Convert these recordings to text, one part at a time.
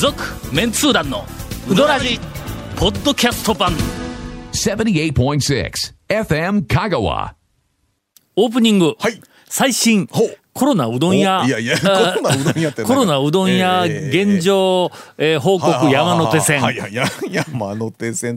続メンツー団のウドラジポッドキャスト版 78.6 FM 香川。 オープニング、 はい、 最新ほうコロナうどん屋、 いやいやコロナうどん屋ってコロナうどん屋現状、報告山手線、 はいはいはい、山手線って、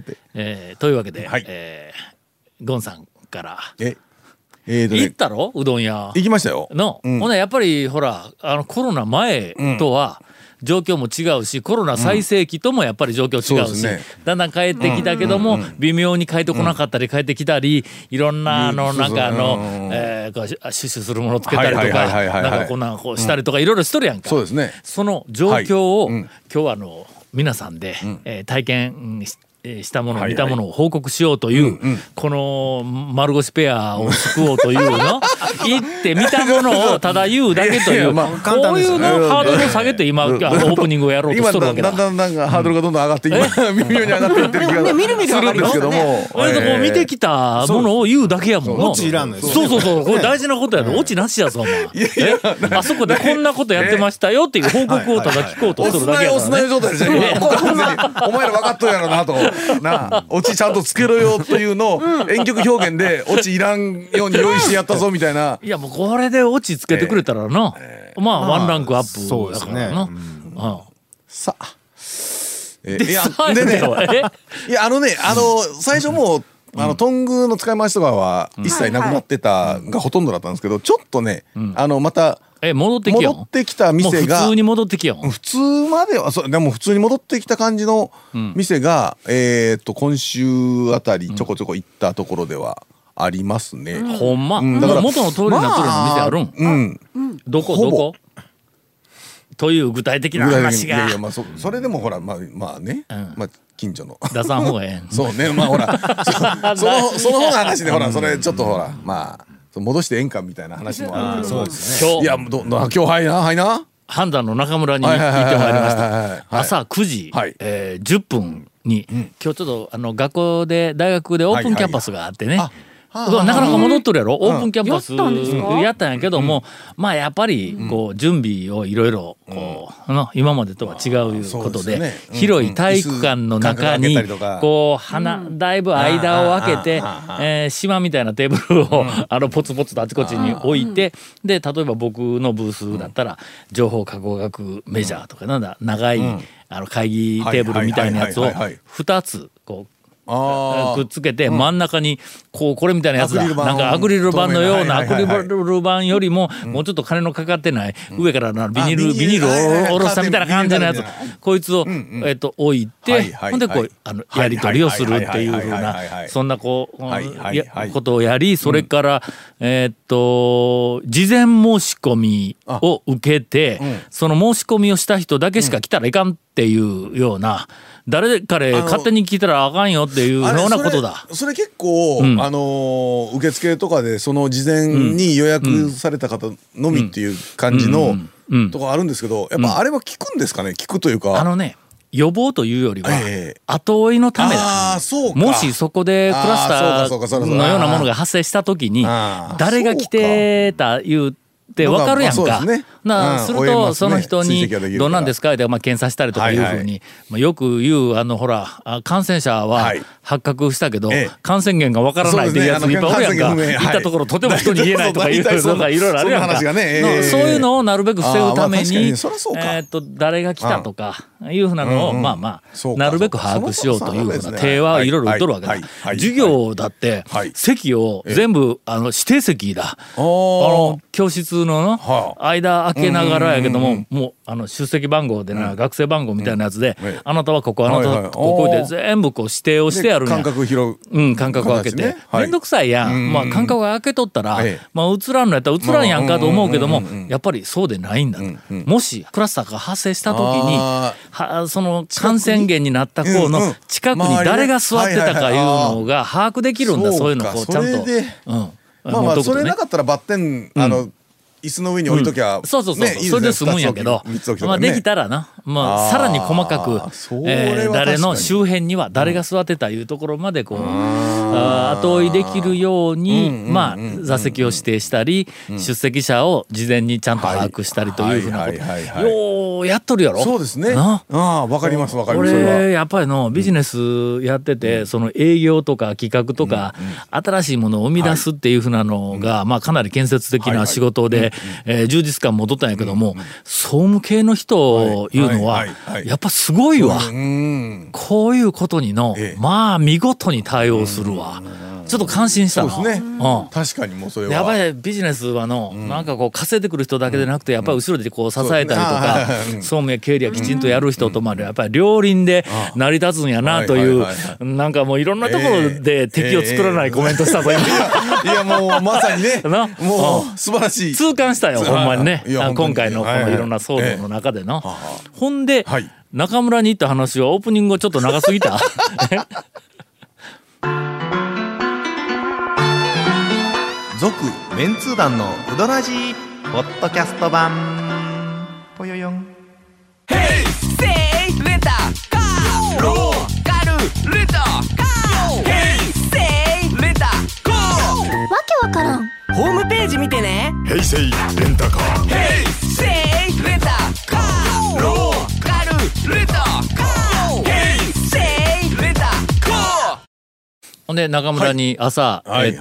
というわけで、 はい、 ゴンさんからね、 行ったろうどん屋行きましたよの、ほなやっぱりほらコロナ前とは、状況も違うしコロナ最盛期ともやっぱり状況違うし、だんだん帰ってきたけども、微妙に帰ってこなかったり帰ってきたり、いろんななんかこうシュッシュするものつけたりとかなんかこんなこうしたりとかいろいろしとるやんか。 そうですね。 その状況を、今日は皆さんで、体験したもの見たものを報告しようという、この丸腰ペアを救おうというの言って見たものをただ言うだけという、こういうのハードルを下げて今オープニングをやろうとしとるわけだ。 今だんだんハードルがどんどん上がって微妙に上がっていってる気がするんですけども、 割とこう見てきたものを言うだけやもんの。 オチいらんのよ。 そうこれ大事なことやろ。オチなしやぞお前。あそこでこんなことやってましたよっていう報告をただ聞こうとしとるだけやからね。 おすなよ状態でしょ。もう完全にお前ら分かっとるやろなとな。オチちゃんとつけろよというのを遠曲表現でオチいらんように用意してやったぞみたいな。 いやもうこれでオチつけてくれたらな、まあワンランクアップだからな。 さあ、 いやでね、いや最初もうトングの使い回しとかは一切なくなってたがほとんどだったんですけど、ちょっとねまた戻ってきた店が普通に戻ってきよ。 普通まではでも普通に戻ってきた感じの店が今週あたりちょこちょこ行ったところではありますね。 ほんま。だから元の通りになっとるの店あるん。どこという具体的な話が。 いやまあそれでもほらまあね、まあ近所の出さん方がええん。 そうね、まあほらその方の話でほらそれちょっとほらまあ戻してええんかみたいな話もあるけど、いや今日はいな判断の中村に行ってまいりました。朝9時10分に今日ちょっと大学でオープンキャンパスがあってね、なかなか戻っとるやろ。オープンキャンパスやったんやけども、まあやっぱりこう準備をいろいろこう今までとは違ういうことで、広い体育館の中にこうだいぶ間を空けて島みたいなテーブルをポツポツとあちこちに置いて、で例えば僕のブースだったら情報加工学メジャーとかなんだ長い会議テーブルみたいなやつを2つこうくっつけて真ん中にこれみたいなやつだ、なんかアクリル板のようなアクリル板よりももうちょっと金のかかってない上からビニールを下ろしたみたいな感じのやつ、こいつを置いて、ほんでこうやり取りをするっていう風なそんなことをやり、それから事前申し込みを受けて、その申し込みをした人だけしか来たらいかんっていうような、誰彼勝手に聞いたらあかんよっていうようなことだ。 それ結構、受付とかでその事前に予約された方のみっていう感じのとこあるんですけど、やっぱあれは効くんですかね。効くというか予防というよりは後追いのためだ。もしそこでクラスターのようなものが発生した時に誰が来てたいうって分かるやんか。するとその人に「どうなんですか?」って検査したりとかいうふうによく言うほら感染者は発覚したけど感染源が分からないっていうやついっぱいおるやんか。行ったところとても人に言えないとかいうのがいろいろあるやんか。そういうのをなるべく防ぐために誰が来たとかいうふうなのをなるべく把握しようというふうな手はいろいろ打っとるわけだ。授業だって席を全部指定席だ。教室の間開けながらやけども、もう出席番号で学生番号みたいなやつで、あなたはここあなたはここで全部こう指定をしてやるんや。 間隔拾う間隔を空けてめんどくさいやん。間隔を空けとったら映らんのやったら映らんやんかと思うけども、やっぱりそうでないんだ。もしクラスターが発生した時にその感染源になった子の近くに誰が座ってたかいうのが把握できるんだ。そういうのをこうちゃんとまあそれなかったらバッテン椅子の上に置いときゃ、 そう、それで済むんやけど、まあできたらな、まあさらに細かく、誰の周辺には誰が座ってたいうところまでこう後追いできるように、まあ座席を指定したり、出席者を事前にちゃんと把握したりというふうなこと、ようやっとるやろ。 そうですね。わかりますわかります。 俺やっぱりのビジネスやってて、その営業とか企画とか、新しいものを生み出すっていうふうなのが、まあかなり建設的な仕事で充実感戻ったんやけども、総務系の人いうのはやっぱすごいわ。こういうことにのまあ見事に対応するわ。ちょっと感心したの。 そうですね。確かにもうそれは。 やっぱりビジネスはの、なんかこう稼いでくる人だけでなくて、やっぱり後ろでこう支えたりとか、総務や経理やきちんとやる人とまでやっぱり両輪で成り立つんやなという、なんかもういろんなところで敵を作らないコメントしたという。 いやもうまさにね。もう素晴らしい。 痛感したよほんまにね。今回のこのいろんな騒動の中での。ほんで中村に行った話はオープニングちょっと長すぎた。 続メンツー団のウドラジーポッドキャスト版ぽよよん。 ヘイセイレンタカーローカルレンタカーヘイセイレンタカーわけわからん。 ホームページ見てね。 平成レンタカーヘイセイレンタカーローカルレンタカーヘイセイレンタカー。 ほんで中村に朝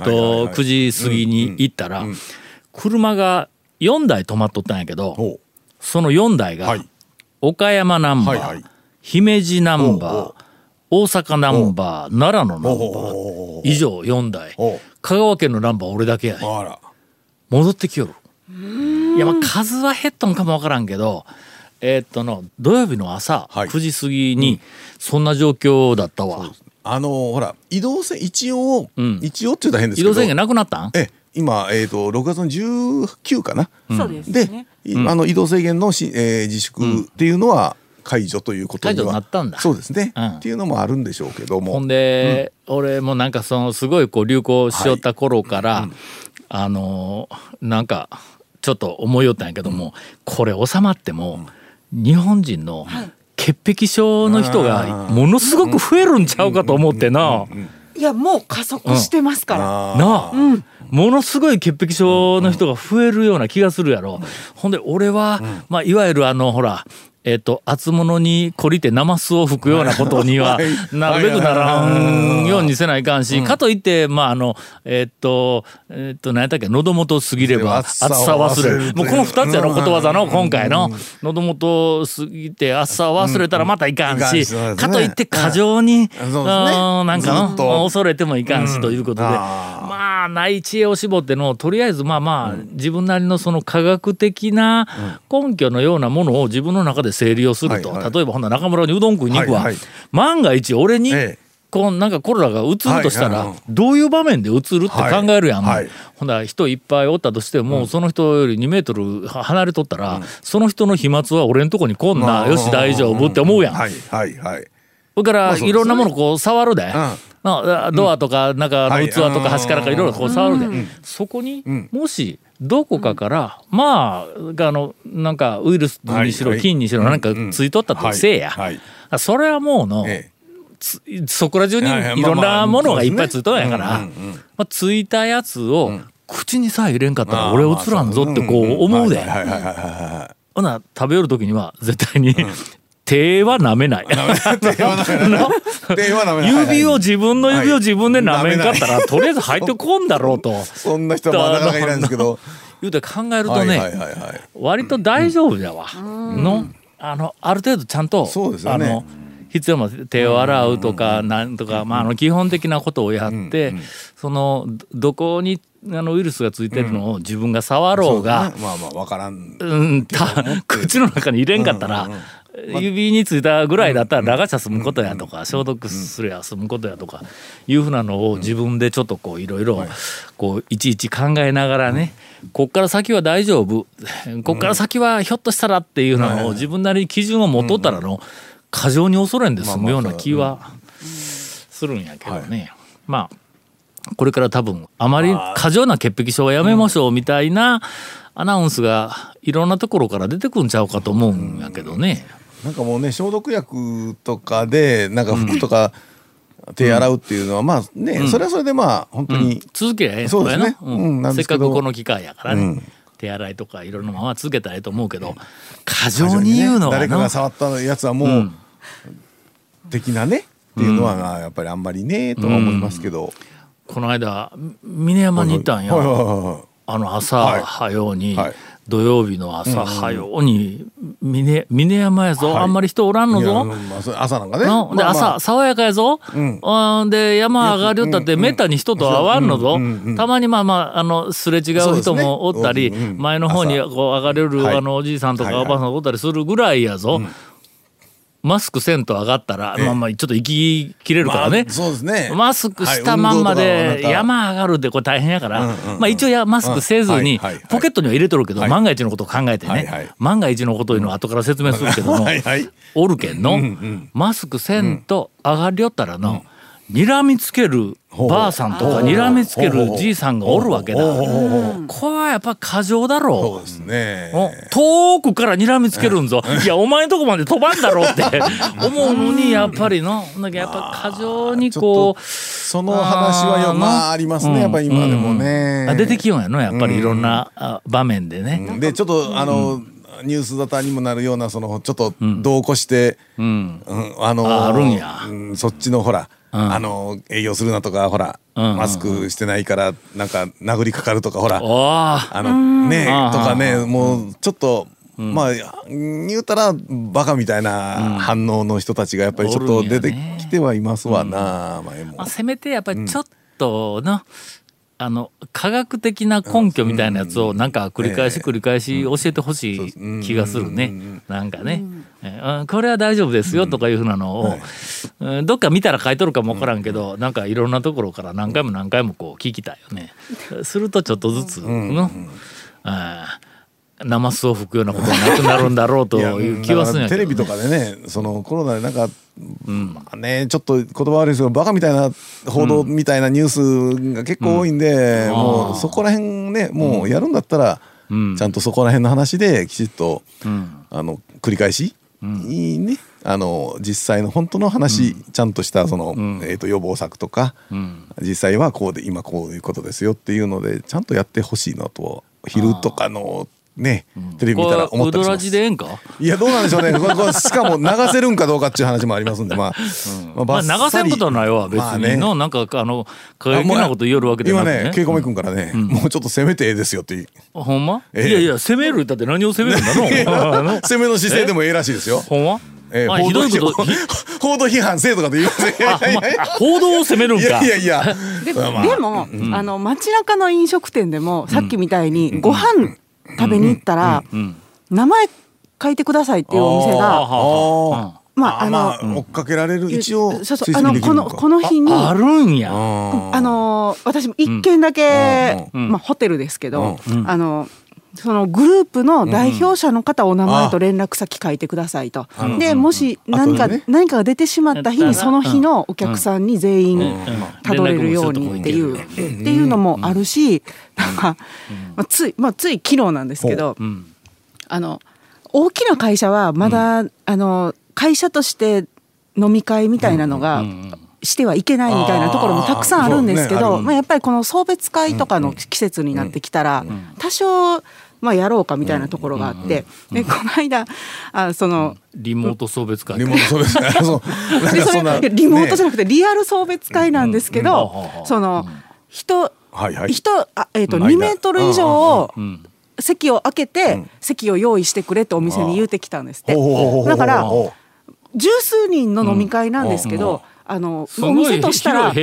9時過ぎに行ったら車が4台止まっとったんやけど、その4台が岡山ナンバー、姫路ナンバー、大阪ナンバー、奈良のナンバー以上4台、香川県のナンバー俺だけや。戻ってきよる。いやまあ数は減っとんかもわからんけど、土曜日の朝9時過ぎにそんな状況だったわ。 ほら移動制一応って言ったら変ですけど、 移動制限なくなったん？ 今6月の19かな。 そうですね。 で移動制限の自粛っていうのは解除ということには解除になったんだ。 そうですね、っていうのもあるんでしょうけども。 ほんで、俺もなんかそのすごいこう流行しよった頃から、なんかちょっと思いよったんやけども、これ収まっても日本人の潔癖症の人がものすごく増えるんちゃうかと思ってな。 いやもう加速してますから。 なあ、ものすごい潔癖症の人が増えるような気がするやろ。ほんで俺は、まあいわゆるほら厚物に懲りてナマスを吹くようなことにはなるべくならんようにせないかんし、かといってまあ何やったっけ、喉元過ぎれば暑さ忘れる、もうこの2つやろことわざの今回の喉元過ぎて暑さを忘れたらまたいかんし、かといって過剰になんかの恐れてもいかんしということで、まあない知恵を絞ってのとりあえずまあ自分なりのその科学的な根拠のようなものを自分の中で整理をすると、例えばほんな中村にうどん食いに行くわ、万が一俺にこうなんかコロナがうつるとしたらどういう場面でうつるって考えるやん。ほんなら人いっぱいおったとしても、その人より2メートル離れとったら、その人の飛沫は俺んとこに来んな、よし大丈夫って思うやん。それからいろんなものこう触るで、ドアとかなんか器とか端からかいろいろこう触るで、そこにもしどこかからまあなんかウイルスにしろ菌にしろなんかついとったとせいや、それはもうのそこら中にいろんなものがいっぱいついとんやから、ついたやつを口にさえ入れんかったら俺うつらんぞってこう思うで。ほな食べよる時には絶対に手は舐めない。指を自分の指を自分で舐めんかったらとりあえず入ってこんだろうと。 そんな人はなかなかいないんですけど、 言うて考えるとね、割と大丈夫じゃわの。ある程度ちゃんと必要な手を洗うとかなんとか、基本的なことをやって、そのどこにウイルスがついてるのを自分が触ろうが、 分からん、 口の中に入れんかったら、指についたぐらいだったらラガチャ済むことやとか、消毒すりゃ済むことやとかいうふうなのを自分でちょっとこういろいろこういちいち考えながらね、こっから先は大丈夫、こっから先はひょっとしたらっていうのを自分なりに基準を持っとったらの過剰に恐れんで済むような気はするんやけどね。まあこれから多分あまり過剰な潔癖症はやめましょうみたいなアナウンスがいろんなところから出てくんちゃうかと思うんやけどね。 なんかもうね消毒薬とかでなんか服とか手洗うっていうのはまあね、それはそれでまあ本当に、 続けりゃええそうですね、 せっかくこの機会やからね、手洗いとかいろんなまま続けたらええと思うけど、過剰に言うのは誰かが触ったやつはもう、的なねっていうのはやっぱりあんまりねとは思いますけど、 この間峰山に行ったんや、朝早うに、土曜日の朝早うに峰山やぞ、あんまり人おらんのぞ、 朝なんかね、 で朝爽やかやぞ、で山上がりよったってめったに人と会わんのぞ、たまにすれ違う人もおったり、前の方にこう上がれるおじいさんとかおばあさんがおったりするぐらいやぞ。マスクせんと上がったら、ちょっと息切れるからね、 そうですね、 マスクしたまんまで山上がるってこれ大変やから、一応マスクせずにポケットには入れとるけど、万が一のことを考えてね、万が一のこというのは後から説明するけども、おるけんの、マスクせんと上がりよったらの、睨みつけるばあさんとか睨みつけるじいさんがおるわけだ。これはやっぱ過剰だろう。 そうですね。 遠くから睨みつけるんぞ。いやお前んとこまで飛ばんだろうって思うのに、やっぱりのなんかやっぱ過剰にこうその話はまあありますね、やっぱり今でもね。 出てきようやのやっぱりいろんな場面でね。 でちょっとニュース沙汰にもなるようなそのちょっと度を越してあるんや。 そっちのほら。営業するなとかほら、マスクしてないからなんか殴りかかるとかほらねとかね、もうちょっとまあ言うたらバカみたいな反応の人たちがやっぱりちょっと出てきてはいますわな。 せめてやっぱりちょっとの科学的な根拠みたいなやつをなんか繰り返し教えてほしい気がするね。なんかね、これは大丈夫ですよとかいうふうなのをどっか見たら書いとるかもわからんけど、なんかいろんなところから何回もこう聞きたいよね。するとちょっとずつのナマスを吹くようなことはなくなるんだろうという気はするんやけど、 テレビとかでね、そのコロナでなんかね、ちょっと言葉悪いですけどバカみたいな報道みたいなニュースが結構多いんで、もうそこら辺ね、もうやるんだったらちゃんとそこら辺の話できちっと繰り返しいいね、実際の本当の話、ちゃんとしたその予防策とか、実際はこうで今こういうことですよっていうのでちゃんとやってほしいなと、昼とかのね、テレビ見たら思ったりします。ウドラジでええんか？いやどうなんでしょうね。これしかも流せるんかどうかっていう話もありますんで、流せんことはないわ別にの、なんか過激なこと言えるわけでなくてね。 今ね、ケイコメ君からね、もうちょっと攻めてええですよっていう。 ほんま？いや攻めるだって何を攻めるんだの？ 攻めの姿勢でもええらしいですよ。 ほんま？ ひどいこと報道批判せえとかと言いません。 報道を責めるんか。 いやでも街中の飲食店でもさっきみたいにご飯食べに行ったら名前書いてくださいっていうお店が追っかけられる、一応この日にあるんや。 私も一軒だけホテルですけど、そのグループの代表者の方お名前と連絡先書いてくださいと。でもし何かが出てしまった日にその日のお客さんに全員たどれるようにっていうのもあるし、なんかつい昨日なんですけど、大きな会社はまだ会社として飲み会みたいなのがしてはいけないみたいなところもたくさんあるんですけど、やっぱりこの送別会とかの季節になってきたら多少やろうかみたいなところがあって、でこの間リモート送別会、 リモート送別会リモートじゃなくてリアル送別会なんですけど、その2メートル以上を席を空けて席を用意してくれってお店に言うてきたんですって。だから十数人の飲み会なんですけど、お店としたらもう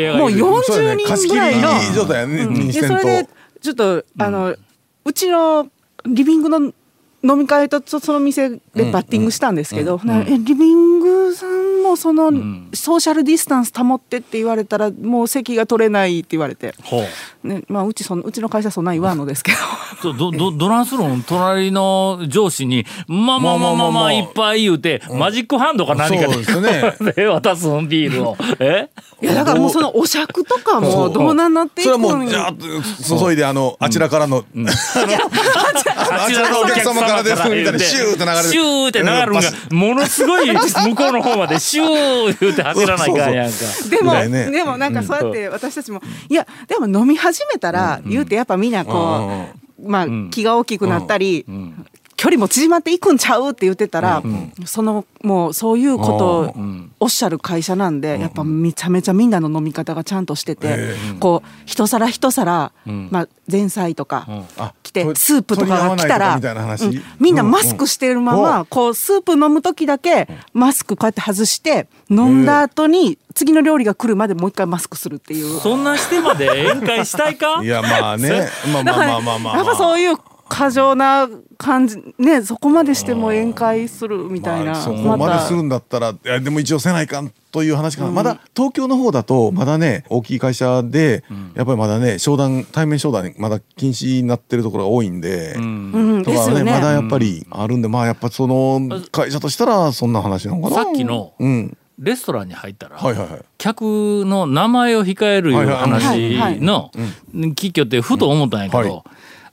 40人ぐらいの、それでちょっとうちのリビングの飲み会とその店でバッティングしたんですけど、リビングさんもそのソーシャルディスタンス保ってって言われたらもう席が取れないって言われて、ね、まあうちの会社そんな言わんのですけどどないするん？隣の上司にまあいっぱい言うて、マジックハンドか何かで渡すんビールをいやだからもうそのお酌とかもどうなんなっていくのに、 それはもうジャーッと注いであちらからのあちらのお客様からですみたいなシューって流れるシューって流れるんがものすごい向こうの方までシュー言うて走らないかんやんか。 でもなんかそうやって私たちもいやでも飲み始めたら言うてやっぱみんなこうまあ気が大きくなったり距離も縮まっていくんちゃうって言ってたら、もうそういうことをおっしゃる会社なんで、やっぱめちゃめちゃみんなの飲み方がちゃんとしてて、こう一皿一皿、まあ前菜とか来てスープとかが来たら、みんなマスクしてるままこうスープ飲む時だけマスクこうやって外して飲んだ後に次の料理が来るまでもう一回マスクするっていう。 そんなしてまで宴会したいか？ いやまあね、まあやっぱそういう過剰な感じね、そこまでしても宴会するみたいな、 そこまでするんだったら、いやでも一応せないかんという話かな、まだ東京の方だとまだね大きい会社で、やっぱりまだね対面商談まだ禁止になってるところが多いんで、とかねまだやっぱりあるんで、まあやっぱその会社としたらそんな話なのかな。 さっきのレストランに入ったら、客の名前を控えるいう話の聞きよってふと思ったんやけど、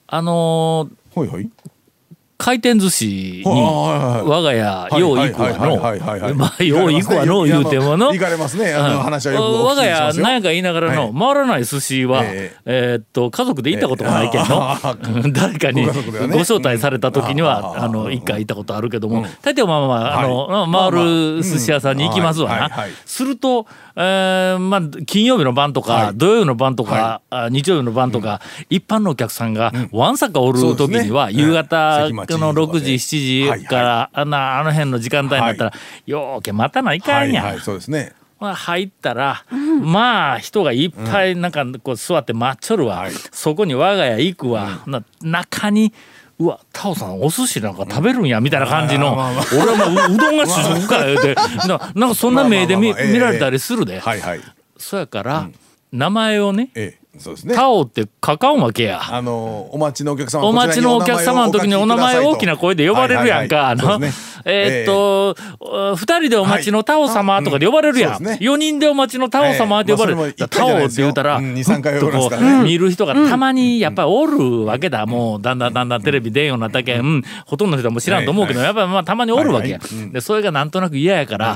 回転寿司に我が家よう行くわの、まあよう行くわの言うてもの、 行かれますね、話はよくお聞きしますよ。 我が家何やか言いながらの回らない寿司は家族で行ったことがないけんの、誰かにご招待された時には一回行ったことあるけども、大抵回る寿司屋さんに行きますわな。するとまあ金曜日の晩とか土曜日の晩とか日曜日の晩とか一般のお客さんがわんさかおる時には夕方の6時7時からあの辺の時間帯になったらようけ待たないかんや。入ったらまあ人がいっぱいなんかこう座って待っちょるわ。そこに我が家行くわ。中にうわタオさんお寿司なんか食べるんやみたいな感じの、俺はもううどんが主食か言うてなんかそんな目で見られたりするで。そうやから名前をねタオって書かんわけや。お待ちのお客様の時にお名前大きな声で呼ばれるやんか。2人でお待ちのタオ様とかで呼ばれるやん。4人でお待ちのタオ様って呼ばれる。タオって言うたら見る人がたまにやっぱりおるわけだ。もうだんだんテレビ出んようになったけん、ほとんどの人はもう知らんと思うけど、やっぱりまあたまにおるわけや。でそれがなんとなく嫌やから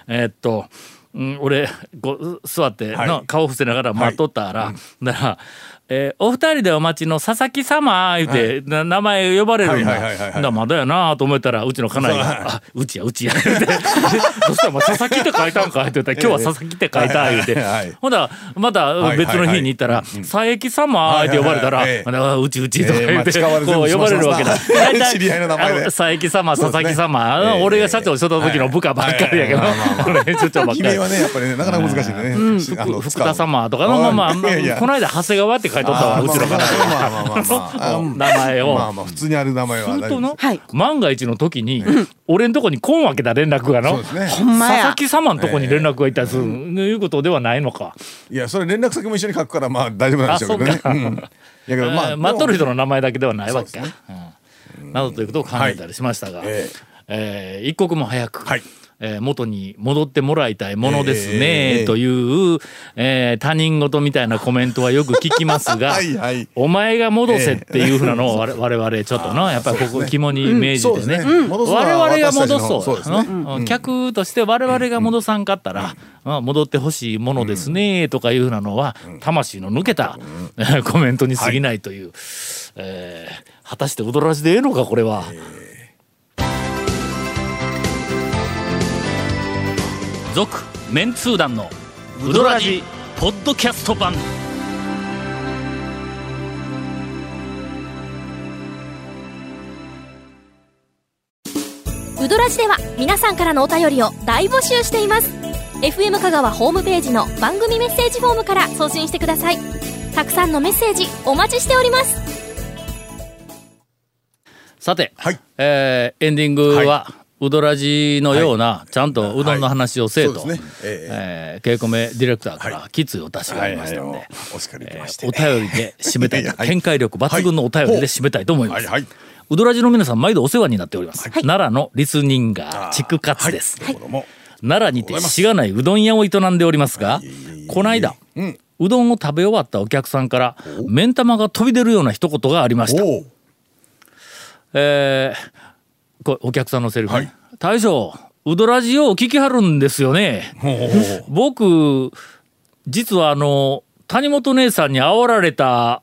俺座って顔伏せながら待っとったら、だからお二人でお待ちの佐々木様言うて名前呼ばれるんだ。まだやなと思ったらうちの家内が「うちや言うて「そしたら佐々木って書いたんか?」って言ったら「今日は佐々木って書いた」言うて、ほんだまた別の日に行ったら「佐伯様」って呼ばれたら「うち」とか言うてこう呼ばれるわけだ。大体佐伯様佐々木様、俺が社長しとった時の部下ばっかりやけど、編集長ばっかり。 君はねやっぱりなかなか難しいね。 福田様とかのまあこの間長谷川って書いとったわ、うちの方名前を。 普通にある名前はするとの万が一の時に俺んとこに来んわけだ、連絡がの。佐々木様のとこに連絡がいったりするいうことではないのか。 いやそれ連絡先も一緒に書くからまあ大丈夫なんでしょうけどね。 待っとる人の名前だけではないわけかなどということを考えたりしましたが、一刻も早く元に戻ってもらいたいものですねという他人事みたいなコメントはよく聞きますがお前が戻せっていうふうなのを我々ちょっとなやっぱりここ肝に銘じてね、我々が戻そう客として我々が戻さんかったら戻ってほしいものですねとかいうふうなのは魂の抜けたコメントに過ぎないという、果たして踊らじでええのかこれは。続メンツー団のウドラジポッドキャスト版。 ウドラジでは皆さんからのお便りを大募集しています。 FM 香川ホームページの番組メッセージフォームから送信してください。たくさんのメッセージお待ちしております。 さて、 はいエンディングは、うどらじのような、ちゃんとうどんの話をせえと、 そうですねケイコメディレクターから決意を出しがありましたので、 お叱りいたましてお便りで締めたいと、 はい展開力抜群のお便りで締めたいと思います。 はいはい。 うどらじの皆さん毎度お世話になっております。奈良のリスニンガー竹勝です。 どうも奈良にてしがないうどん屋を営んでおりますが、この間、うどんを食べ終わったお客さんから目ん玉が飛び出るような一言がありました。 おうこれお客さんのセリフね、 はい大将うどらじを聞きはるんですよね。僕実は谷本姉さんに煽られた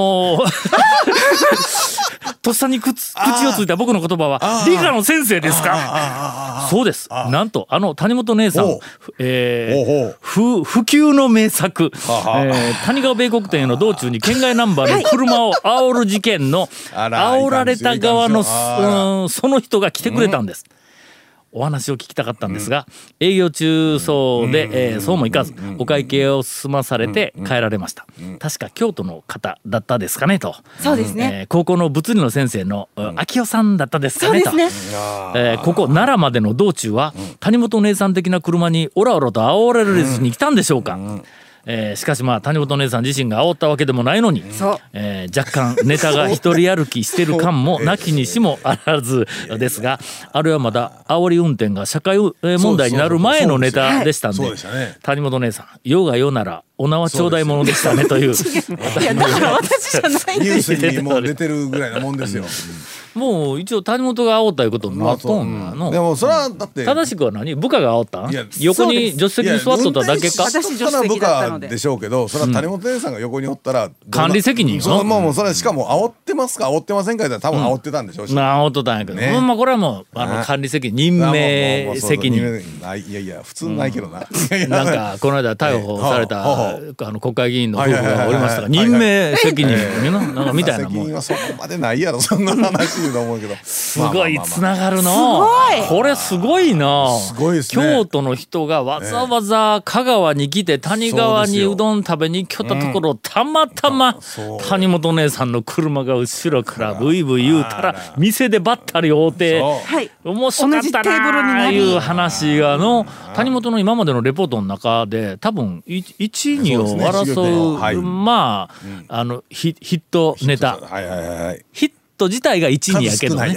とっさに口をついた僕の言葉は理科の先生ですか。そうです。なんと谷本姉さん、不及の名作、谷川米国店への道中に県外ナンバーの車を煽る事件の煽られた側のその人が来てくれたんです。お話を聞きたかったんですが、営業中そうで、そうもいかずお会計を済まされて帰られました。確か京都の方だったですかねと。 そうですね、 高校の物理の先生の秋代さんだったですかねと。 そうですね、 ここ奈良までの道中は谷本姉さん的な車にオラオラと煽られずに来たんでしょうか。しかし谷本姉さん自身が煽ったわけでもないのに、若干ネタが一人歩きしてる感もなきにしもあらずですが、あれはまだ煽り運転が社会問題になる前のネタでしたんで、谷本姉さん世が世ならお縄頂戴ものでしたねという。 いやだから私じゃないんニューですスにもう出てるぐらいなもんですよ。 もう一応谷本が煽ったいうことになっとんなの。 でもそれはだって正しくは何部下が煽ったん。横に助手席に座っとっただけか。 私助手席だったのででしょうけど、それは谷本姉さんが横におったら管理責任よ。 もうそれしかも煽ってますか煽ってませんか言ったら多分煽ってたんでしょうし。 煽っとったんやけど、まあこれはもう管理責任任命責任。 いやいや普通ないけどな。 なんかこの間逮捕された国会議員の夫婦がおりましたが、任命責任なんかみたいなもん。 責任はそこまでないやろそんな話と思うけど。 すごいつながるの。これすごいな。 すごいですね。 京都の人がわざわざ香川に来て谷川にうどん食べに来たところ、たまたま谷本姉さんの車が後ろからブイブイ言うたら店でばったり会うて、面白かったないう話が谷本の今までのレポートの中で多分1、2を争う、まあヒットネタ、ヒット自体が1、2やけどね。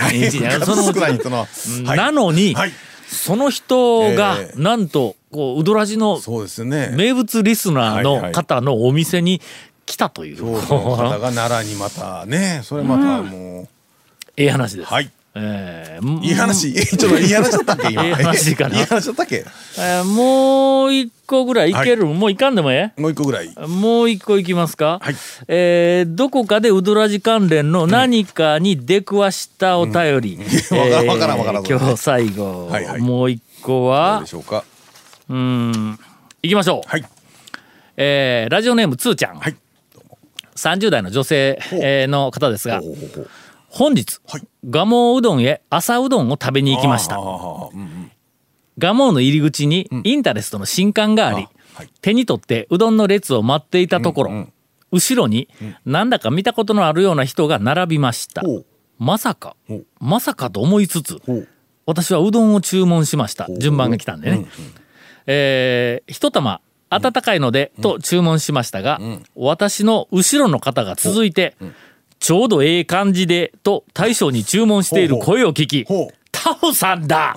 なのに、その人がなんとうどらじの名物リスナーの方のお店に来たという。 方が奈良にまたね、それまたもうええ話です。 いい話、ちょっといい話だったっけ今。 いい話かな。 いい話だったっけ。 もう一個ぐらいいける。もういかんでももう一個ぐらい。 もう一個いきますか。どこかでうどらじ関連の何かに出くわしたお便り。 わからん今日最後もう一個はどうでしょうか。 いきましょう。ラジオネームつーちゃん。30代の女性の方ですが。本日、蒲生うどんへ朝うどんを食べに行きました。蒲生の入り口にインタレストの新刊があり、手に取ってうどんの列を待っていたところ、後ろになんだか見たことのあるような人が並びました。まさかと思いつつ、私はうどんを注文しました。順番が来たんでね。一玉温かいのでと注文しましたが、私の後ろの方が続いて、ちょうどええ感じでと大将に注文している声を聞き、タオさんだ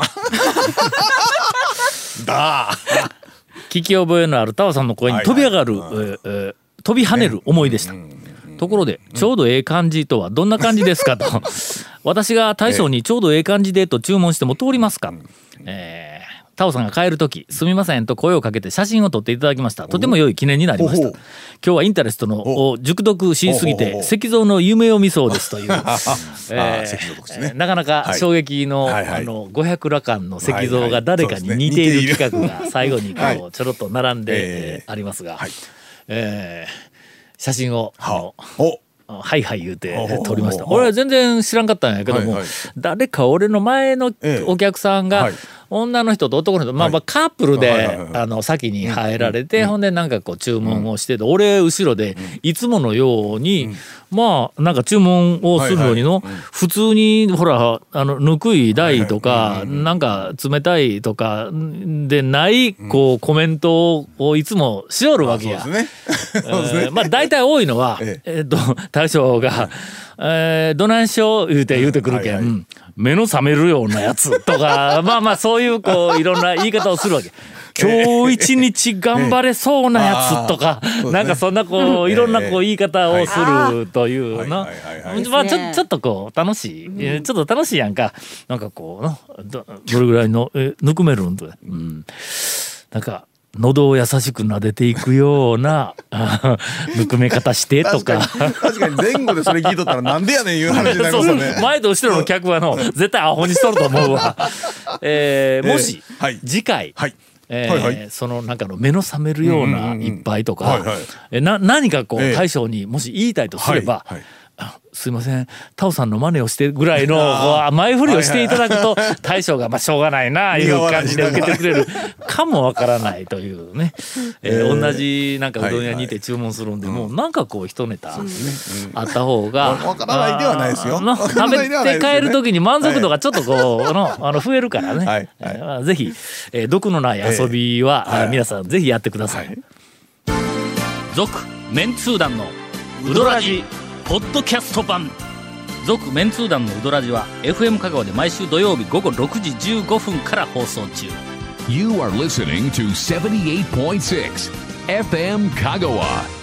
聞き覚えのあるタオさんの声に飛び上がる、飛び跳ねる思いでした。ところで、ちょうどええ感じとはどんな感じですかと私が大将にちょうどええ感じでと注文しても通りますか。タオさんが帰るとき、すみませんと声をかけて写真を撮っていただきました。とても良い記念になりました。今日はインタレストのを熟読しすぎて石像の夢を見そうですという、なかなか衝撃の500羅漢の石像が誰かに似ている企画が最後にこうちょろっと並んでありますが、写真をはいはい言うて撮りました。俺は全然知らんかったんやけども、誰か俺の前のお客さんが女の人と男の人、まあカップルで先に入られて、ほんでなんかこう注文をしてて、俺後ろでいつものようにまあなんか注文をするのにの、普通にほらぬくい大とか、なんか冷たいとかでないこうコメントをいつもしおるわけや。まあ大体多いのは大将がどないしよう言うてくるけん、目の覚めるようなやつとかまあまあそういうこういろんな言い方をするわけ。今日一日頑張れそうなやつとか、なんかそんなこういろんなこう言い方をするというの、まあちょっとこう楽しい、ちょっと楽しいやんか。なんかこうどれぐらいのぬくめるんと、なんか喉を優しく撫でていくようなぬくめ方してとか。 確かに前後でそれ聞いとったらなんでやねんいう話になりますよね。 前と後ろの客は絶対アホにしとると思うわ。もし次回、そのなんかの目の覚めるような一杯とか何かこう大将にもし言いたいとすれば、すいませんタオさんの真似をしてぐらいの前振りをしていただくと大将がまあしょうがないないう感じで受けてくれるかもわからないというね、同じなんかうどん屋にいて注文するんで、もうなんかこう一ネタあった方がわからないではないですよ。 食べて帰る時に満足度がちょっとこう増えるからね。ぜひ毒のない遊びは皆さんぜひやってください。続メンツー団のウドラジポッドキャスト版。続メンツー団のウドラジは FM 香川で毎週土曜日午後6時15分から放送中。 You are listening to 78.6 FM 香川。